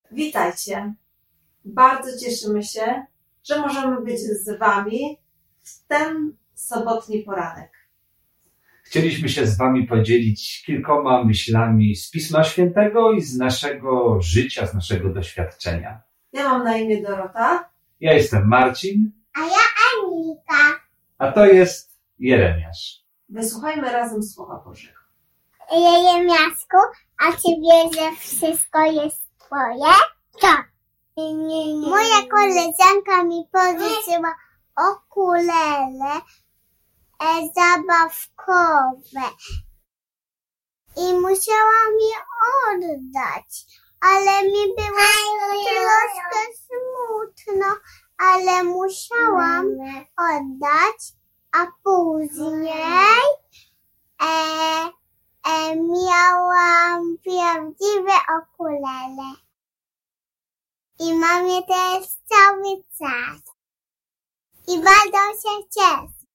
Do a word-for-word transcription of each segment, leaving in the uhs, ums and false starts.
Witajcie. Bardzo cieszymy się, że możemy być z Wami w ten sobotni poranek. Chcieliśmy się z Wami podzielić kilkoma myślami z Pisma Świętego i z naszego życia, z naszego doświadczenia. Ja mam na imię Dorota. Ja jestem Marcin. A ja Anika. A to jest Jeremiasz. Wysłuchajmy razem Słowa Bożego. Jeremiaszku, a Ty wiesz, że wszystko jest Twoje? Tak. Moja koleżanka mi pożyczyła okulele e, zabawkowe i musiałam je oddać, ale mi było troszkę smutno, ale musiałam oddać, a później e, e, miałam prawdziwe okulele. I mam je teraz cały czas. I bardzo się cieszę.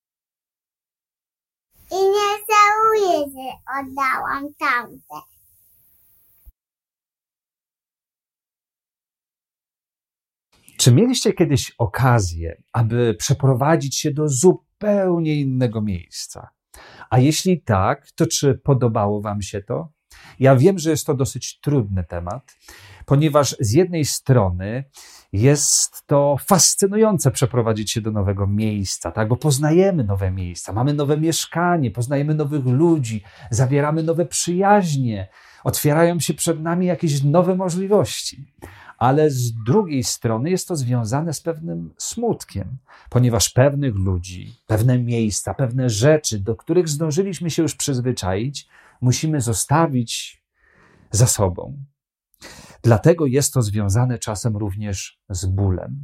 I nie żałuję, że oddałam tamte. Czy mieliście kiedyś okazję, aby przeprowadzić się do zupełnie innego miejsca? A jeśli tak, to czy podobało Wam się to? Ja wiem, że jest to dosyć trudny temat, ponieważ z jednej strony jest to fascynujące przeprowadzić się do nowego miejsca, tak? Bo poznajemy nowe miejsca, mamy nowe mieszkanie, poznajemy nowych ludzi, zawieramy nowe przyjaźnie, otwierają się przed nami jakieś nowe możliwości. Ale z drugiej strony jest to związane z pewnym smutkiem, ponieważ pewnych ludzi, pewne miejsca, pewne rzeczy, do których zdążyliśmy się już przyzwyczaić, musimy zostawić za sobą. Dlatego jest to związane czasem również z bólem.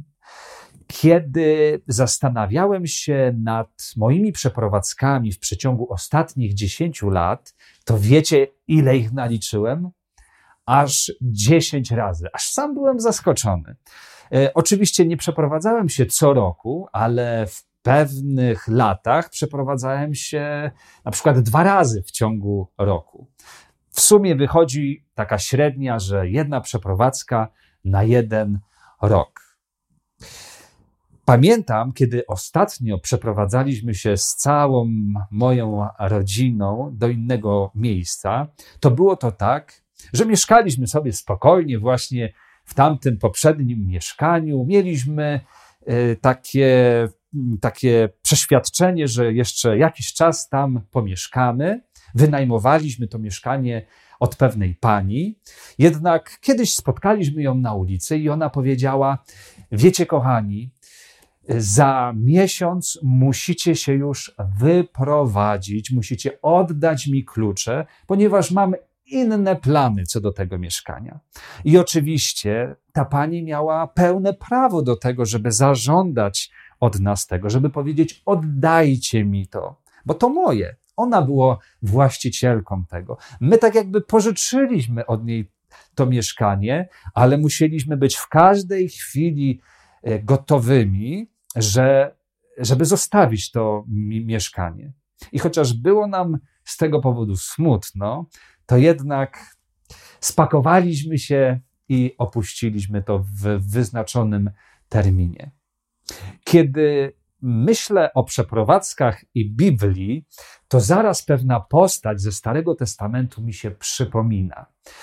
Kiedy zastanawiałem się nad moimi przeprowadzkami w przeciągu ostatnich dziesięciu lat, to wiecie, ile ich naliczyłem? Aż dziesięć razy. Aż sam byłem zaskoczony. E, oczywiście nie przeprowadzałem się co roku, ale w pewnych latach przeprowadzałem się na przykład dwa razy w ciągu roku. W sumie wychodzi taka średnia, że jedna przeprowadzka na jeden rok. Pamiętam, kiedy ostatnio przeprowadzaliśmy się z całą moją rodziną do innego miejsca, to było to tak, że mieszkaliśmy sobie spokojnie właśnie w tamtym poprzednim mieszkaniu. Mieliśmy takie, takie przeświadczenie, że jeszcze jakiś czas tam pomieszkamy. Wynajmowaliśmy to mieszkanie od pewnej pani. Jednak kiedyś spotkaliśmy ją na ulicy i ona powiedziała: wiecie, kochani, za miesiąc musicie się już wyprowadzić, musicie oddać mi klucze, ponieważ mamy inne plany co do tego mieszkania. I oczywiście ta pani miała pełne prawo do tego, żeby zażądać od nas tego, żeby powiedzieć: oddajcie mi to, bo to moje. Ona była właścicielką tego. My tak jakby pożyczyliśmy od niej to mieszkanie, ale musieliśmy być w każdej chwili gotowymi, że, żeby zostawić to mieszkanie. I chociaż było nam z tego powodu smutno, to jednak spakowaliśmy się i opuściliśmy to w wyznaczonym terminie. Kiedy myślę o przeprowadzkach i Biblii, to zaraz pewna postać ze Starego Testamentu mi się przypomina.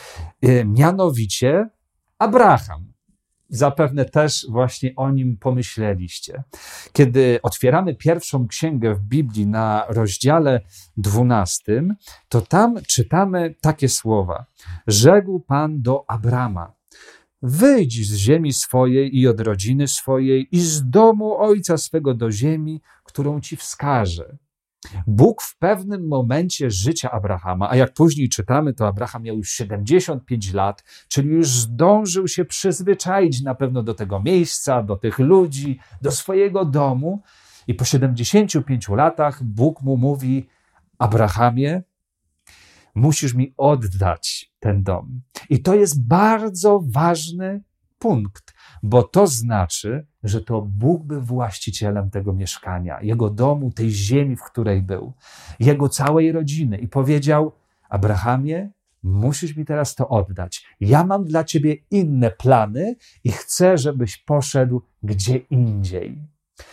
Mianowicie Abraham. Zapewne też właśnie o nim pomyśleliście. Kiedy otwieramy pierwszą księgę w Biblii na rozdziale dwunastym, to tam czytamy takie słowa. Rzekł Pan do Abrama: wyjdź z ziemi swojej i od rodziny swojej i z domu ojca swego do ziemi, którą ci wskażę. Bóg w pewnym momencie życia Abrahama, a jak później czytamy, to Abraham miał już siedemdziesiąt pięć lat, czyli już zdążył się przyzwyczaić na pewno do tego miejsca, do tych ludzi, do swojego domu. I po siedemdziesięciu pięciu latach Bóg mu mówi: Abrahamie, musisz mi oddać ten dom. I to jest bardzo ważny punkt, bo to znaczy, że to Bóg był właścicielem tego mieszkania, jego domu, tej ziemi, w której był, jego całej rodziny. I powiedział: Abrahamie, musisz mi teraz to oddać. Ja mam dla ciebie inne plany i chcę, żebyś poszedł gdzie indziej.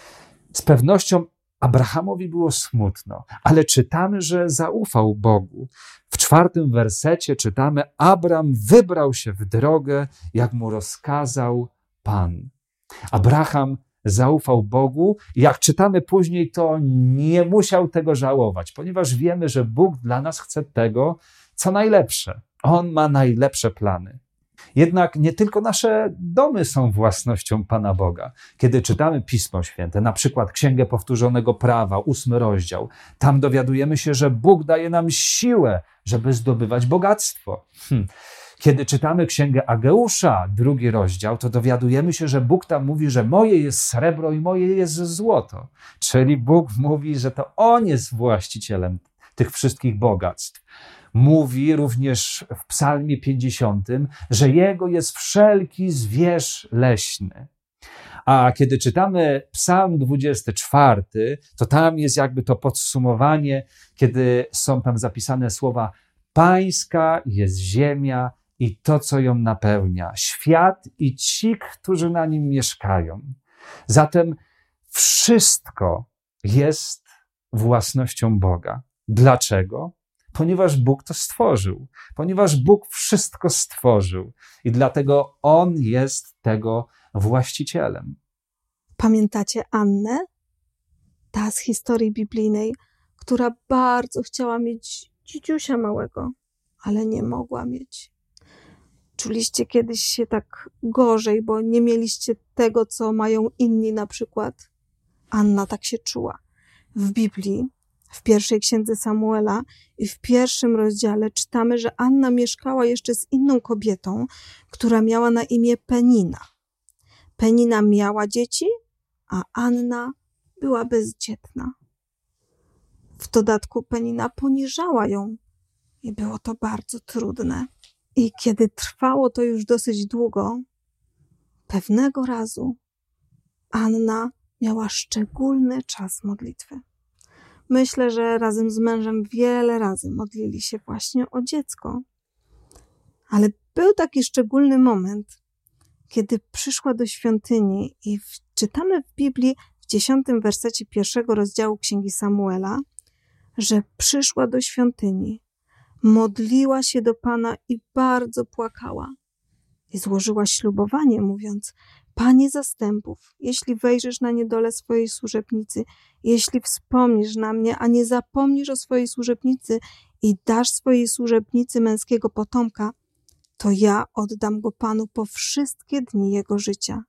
Z pewnością Abrahamowi było smutno, ale czytamy, że zaufał Bogu. W czwartym wersecie czytamy: Abram wybrał się w drogę, jak mu rozkazał Pan. Abraham zaufał Bogu i jak czytamy później, to nie musiał tego żałować, ponieważ wiemy, że Bóg dla nas chce tego, co najlepsze. On ma najlepsze plany. Jednak nie tylko nasze domy są własnością Pana Boga. Kiedy czytamy Pismo Święte, na przykład Księgę Powtórzonego Prawa, ósmy rozdział, tam dowiadujemy się, że Bóg daje nam siłę, żeby zdobywać bogactwo. Hm. Kiedy czytamy Księgę Ageusza, drugi rozdział, to dowiadujemy się, że Bóg tam mówi, że moje jest srebro i moje jest złoto. Czyli Bóg mówi, że to On jest właścicielem tych wszystkich bogactw. Mówi również w Psalmie pięćdziesiątym, że Jego jest wszelki zwierz leśny. A kiedy czytamy Psalm dwudziesty czwarty, to tam jest jakby to podsumowanie, kiedy są tam zapisane słowa: Pańska jest ziemia i to, co ją napełnia, świat i ci, którzy na nim mieszkają. Zatem wszystko jest własnością Boga. Dlaczego? Ponieważ Bóg to stworzył. Ponieważ Bóg wszystko stworzył i dlatego On jest tego właścicielem. Pamiętacie Annę? Ta z historii biblijnej, która bardzo chciała mieć dzidziusia małego, ale nie mogła mieć. Czuliście kiedyś się tak gorzej, bo nie mieliście tego, co mają inni na przykład? Anna tak się czuła. W Biblii, w pierwszej księdze Samuela i w pierwszym rozdziale czytamy, że Anna mieszkała jeszcze z inną kobietą, która miała na imię Penina. Penina miała dzieci, a Anna była bezdzietna. W dodatku Penina poniżała ją i było to bardzo trudne. I kiedy trwało to już dosyć długo, pewnego razu Anna miała szczególny czas modlitwy. Myślę, że razem z mężem wiele razy modlili się właśnie o dziecko. Ale był taki szczególny moment, kiedy przyszła do świątyni i w, czytamy w Biblii w dziesiątym wersecie pierwszego rozdziału Księgi Samuela, że przyszła do świątyni, modliła się do Pana i bardzo płakała. I złożyła ślubowanie, mówiąc: Panie zastępów, jeśli wejrzysz na niedolę swojej służebnicy, jeśli wspomnisz na mnie, a nie zapomnisz o swojej służebnicy i dasz swojej służebnicy męskiego potomka, to ja oddam go Panu po wszystkie dni jego życia.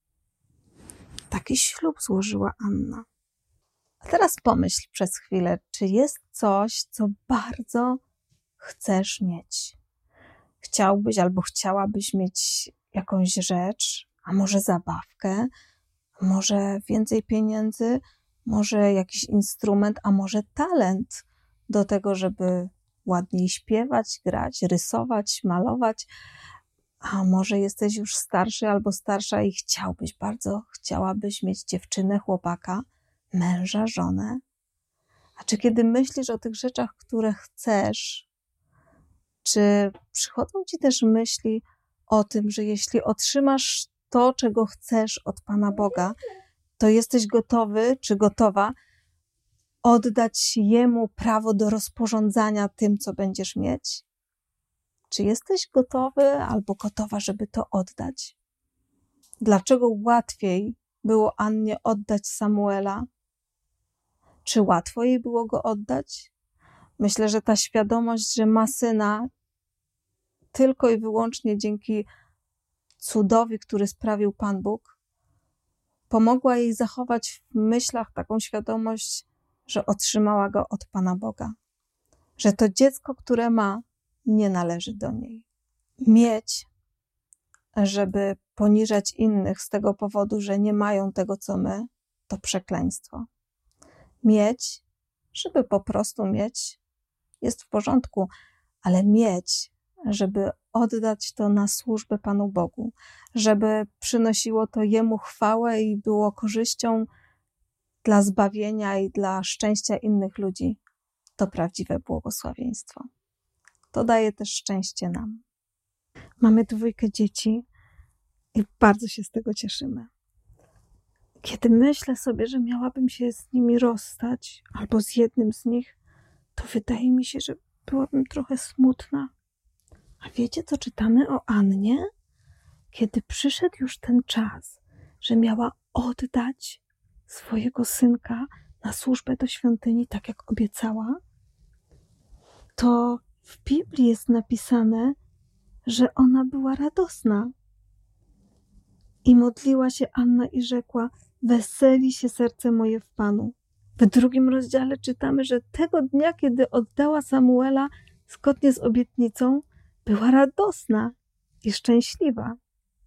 Taki ślub złożyła Anna. A teraz pomyśl przez chwilę, czy jest coś, co bardzo chcesz mieć. Chciałbyś albo chciałabyś mieć jakąś rzecz, a może zabawkę, a może więcej pieniędzy, może jakiś instrument, a może talent do tego, żeby ładniej śpiewać, grać, rysować, malować. A może jesteś już starszy albo starsza i chciałbyś, bardzo chciałabyś mieć dziewczynę, chłopaka, męża, żonę. A czy kiedy myślisz o tych rzeczach, które chcesz, czy przychodzą ci też myśli o tym, że jeśli otrzymasz to, czego chcesz od Pana Boga, to jesteś gotowy czy gotowa oddać Jemu prawo do rozporządzania tym, co będziesz mieć? Czy jesteś gotowy albo gotowa, żeby to oddać? Dlaczego łatwiej było Annie oddać Samuela? Czy łatwo jej było go oddać? Myślę, że ta świadomość, że ma syna tylko i wyłącznie dzięki cudowi, który sprawił Pan Bóg, pomogła jej zachować w myślach taką świadomość, że otrzymała go od Pana Boga. Że to dziecko, które ma, nie należy do niej. Mieć, żeby poniżać innych z tego powodu, że nie mają tego, co my, to przekleństwo. Mieć, żeby po prostu mieć, jest w porządku, ale mieć, żeby oddać to na służbę Panu Bogu, żeby przynosiło to Jemu chwałę i było korzyścią dla zbawienia i dla szczęścia innych ludzi, to prawdziwe błogosławieństwo. to daje też szczęście nam. Mamy dwójkę dzieci i bardzo się z tego cieszymy. Kiedy myślę sobie, że miałabym się z nimi rozstać, albo z jednym z nich, to wydaje mi się, że byłabym trochę smutna. A wiecie, co czytamy o Annie? Kiedy przyszedł już ten czas, że miała oddać swojego synka na służbę do świątyni, tak jak obiecała, to w Biblii jest napisane, że ona była radosna. I modliła się Anna i rzekła: weseli się serce moje w Panu. W drugim rozdziale czytamy, że tego dnia, kiedy oddała Samuela zgodnie z obietnicą, była radosna i szczęśliwa.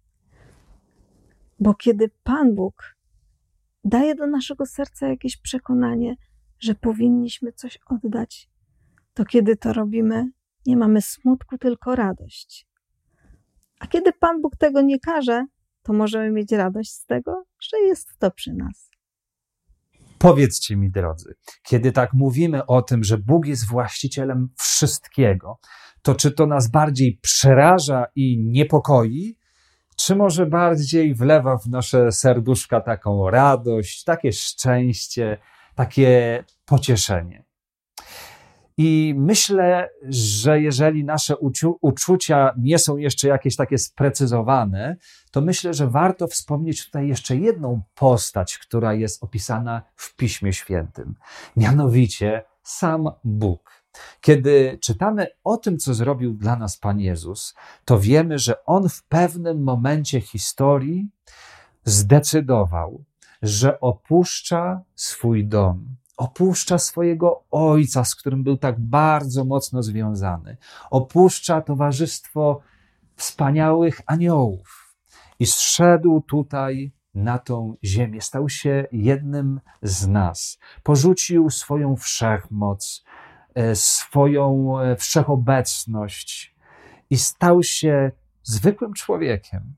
Bo kiedy Pan Bóg daje do naszego serca jakieś przekonanie, że powinniśmy coś oddać, to kiedy to robimy, nie mamy smutku, tylko radość. A kiedy Pan Bóg tego nie każe, to możemy mieć radość z tego, że jest to przy nas. Powiedzcie mi, drodzy, kiedy tak mówimy o tym, że Bóg jest właścicielem wszystkiego, to czy to nas bardziej przeraża i niepokoi, czy może bardziej wlewa w nasze serduszka taką radość, takie szczęście, takie pocieszenie? I myślę, że jeżeli nasze uciu- uczucia nie są jeszcze jakieś takie sprecyzowane, to myślę, że warto wspomnieć tutaj jeszcze jedną postać, która jest opisana w Piśmie Świętym. Mianowicie sam Bóg. Kiedy czytamy o tym, co zrobił dla nas Pan Jezus, to wiemy, że On w pewnym momencie historii zdecydował, że opuszcza swój dom, opuszcza swojego ojca, z którym był tak bardzo mocno związany, opuszcza towarzystwo wspaniałych aniołów i zszedł tutaj na tą ziemię, stał się jednym z nas, porzucił swoją wszechmoc, swoją wszechobecność i stał się zwykłym człowiekiem.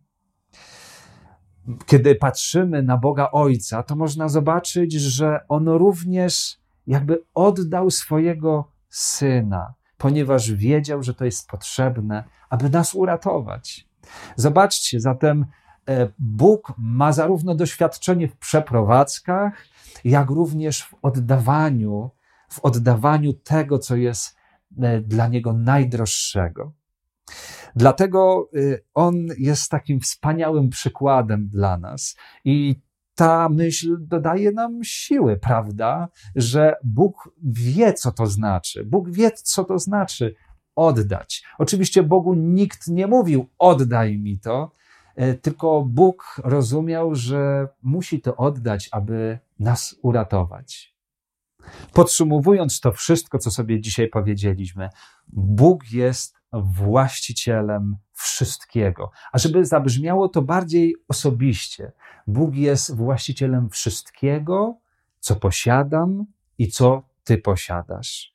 Kiedy patrzymy na Boga Ojca, to można zobaczyć, że On również jakby oddał swojego Syna, ponieważ wiedział, że to jest potrzebne, aby nas uratować. Zobaczcie, zatem Bóg ma zarówno doświadczenie w przeprowadzkach, jak również w oddawaniu, w oddawaniu tego, co jest dla Niego najdroższego. Dlatego On jest takim wspaniałym przykładem dla nas i ta myśl dodaje nam siły, prawda, że Bóg wie, co to znaczy. Bóg wie, co to znaczy oddać. Oczywiście Bogu nikt nie mówił: oddaj mi to, tylko Bóg rozumiał, że musi to oddać, aby nas uratować. Podsumowując to wszystko, co sobie dzisiaj powiedzieliśmy, Bóg jest właścicielem wszystkiego. A żeby zabrzmiało to bardziej osobiście, Bóg jest właścicielem wszystkiego, co posiadam i co ty posiadasz.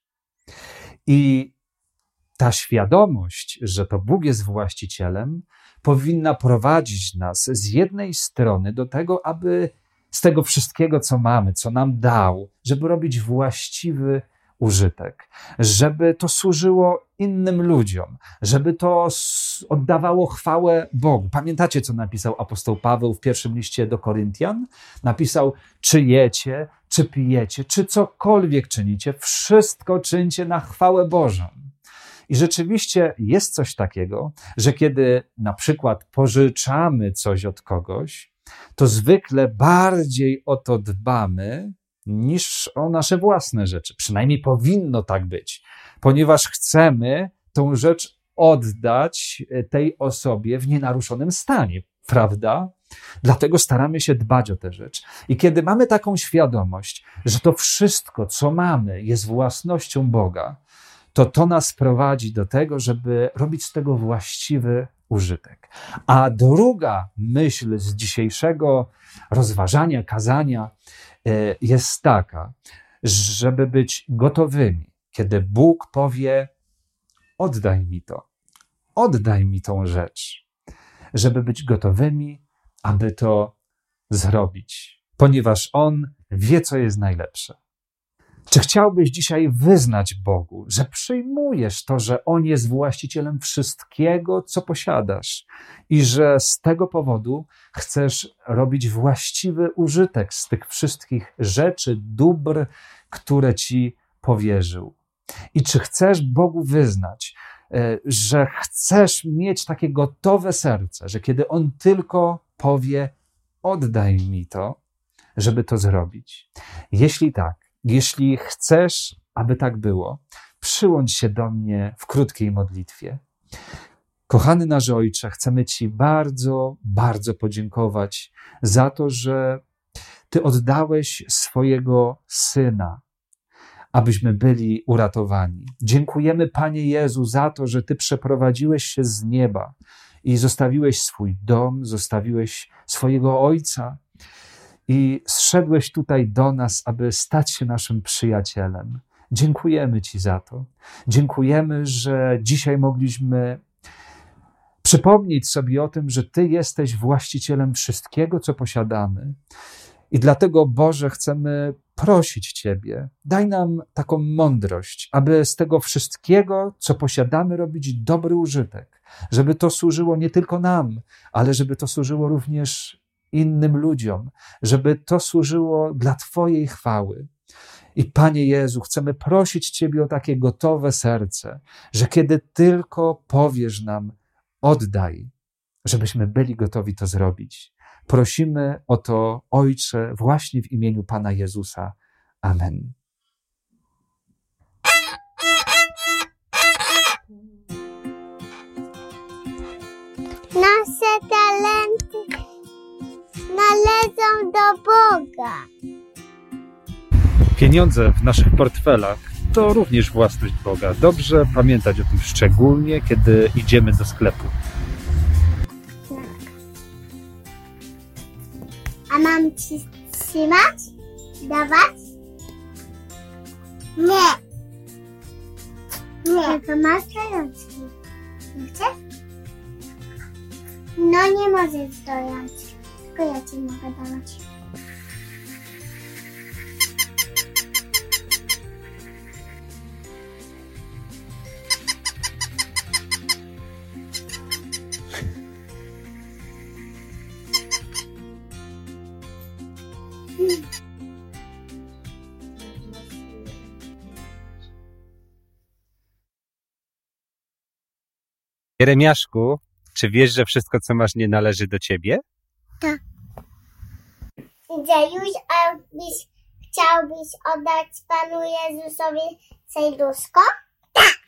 I ta świadomość, że to Bóg jest właścicielem, powinna prowadzić nas z jednej strony do tego, aby z tego wszystkiego, co mamy, co nam dał, żeby robić właściwy użytek, żeby to służyło innym ludziom, żeby to oddawało chwałę Bogu. Pamiętacie, co napisał apostoł Paweł w pierwszym liście do Koryntian? Napisał: czy jecie, czy pijecie, czy cokolwiek czynicie, wszystko czyńcie na chwałę Bożą. I rzeczywiście jest coś takiego, że kiedy na przykład pożyczamy coś od kogoś, to zwykle bardziej o to dbamy niż o nasze własne rzeczy. Przynajmniej powinno tak być, ponieważ chcemy tą rzecz oddać tej osobie w nienaruszonym stanie, prawda? Dlatego staramy się dbać o tę rzecz. I kiedy mamy taką świadomość, że to wszystko, co mamy, jest własnością Boga, to to nas prowadzi do tego, żeby robić z tego właściwy użytek. A druga myśl z dzisiejszego rozważania, kazania jest taka, żeby być gotowymi, kiedy Bóg powie: oddaj mi to, oddaj mi tą rzecz, żeby być gotowymi, aby to zrobić, ponieważ On wie, co jest najlepsze. Czy chciałbyś dzisiaj wyznać Bogu, że przyjmujesz to, że On jest właścicielem wszystkiego, co posiadasz i że z tego powodu chcesz robić właściwy użytek z tych wszystkich rzeczy, dóbr, które Ci powierzył? I czy chcesz Bogu wyznać, że chcesz mieć takie gotowe serce, że kiedy On tylko powie, oddaj mi to, żeby to zrobić? Jeśli tak, jeśli chcesz, aby tak było, przyłącz się do mnie w krótkiej modlitwie. Kochany nasz Ojcze, chcemy Ci bardzo, bardzo podziękować za to, że Ty oddałeś swojego Syna, abyśmy byli uratowani. Dziękujemy, Panie Jezu, za to, że Ty przeprowadziłeś się z nieba i zostawiłeś swój dom, zostawiłeś swojego Ojca i zszedłeś tutaj do nas, aby stać się naszym przyjacielem. Dziękujemy Ci za to. Dziękujemy, że dzisiaj mogliśmy przypomnieć sobie o tym, że Ty jesteś właścicielem wszystkiego, co posiadamy. I dlatego, Boże, chcemy prosić Ciebie, daj nam taką mądrość, aby z tego wszystkiego, co posiadamy, robić dobry użytek, żeby to służyło nie tylko nam, ale żeby to służyło również innym ludziom, żeby to służyło dla Twojej chwały. I Panie Jezu, chcemy prosić Ciebie o takie gotowe serce, że kiedy tylko powiesz nam, oddaj, żebyśmy byli gotowi to zrobić. Prosimy o to, Ojcze, właśnie w imieniu Pana Jezusa. Amen. Nasze talenty należą do Boga. Pieniądze w naszych portfelach to również własność Boga. Dobrze pamiętać o tym, szczególnie kiedy idziemy do sklepu. A mam ci trzymać? Dawać? Nie. Nie. To masz ręczki. Nie chcesz? No nie możesz dojąć. Tylko ja ci mogę dawać. Jeremiaszku, czy wiesz, że wszystko, co masz, nie należy do ciebie? Tak. Dziejuś, a byś chciałbyś oddać Panu Jezusowi serduszko? Tak.